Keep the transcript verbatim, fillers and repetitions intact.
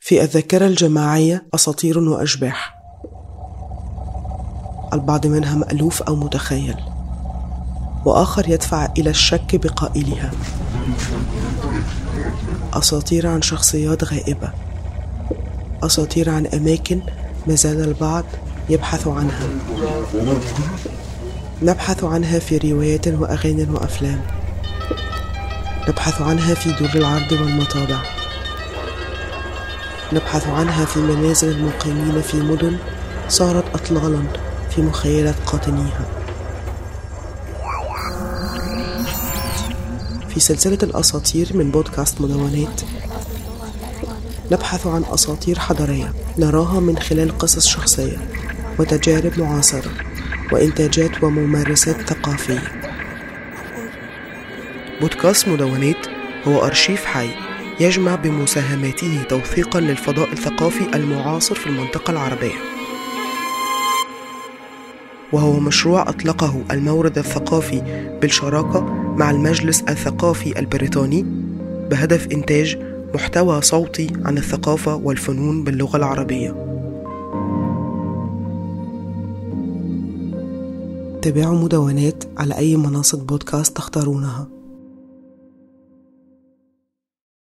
في الذاكرة الجماعية أساطير وأشباح، البعض منها مألوف أو متخيل، وآخر يدفع إلى الشك بقائلها. أساطير عن شخصيات غائبة، أساطير عن أماكن ما زال البعض يبحث عنها. نبحث عنها في روايات وأغاني وأفلام، نبحث عنها في دور العرض والمطابع، نبحث عنها في منازل المقيمين في مدن صارت أطلالا في مخيلة قاطنيها. في سلسلة الأساطير من بودكاست مدونات نبحث عن أساطير حضارية نراها من خلال قصص شخصية وتجارب معاصرة وإنتاجات وممارسات ثقافية. بودكاست مدونات هو أرشيف حي يجمع بمساهماته توثيقا للفضاء الثقافي المعاصر في المنطقة العربية، وهو مشروع أطلقه المورد الثقافي بالشراكة مع المجلس الثقافي البريطاني بهدف إنتاج محتوى صوتي عن الثقافة والفنون باللغة العربية. تابعوا مدونات على أي منصة بودكاست تختارونها.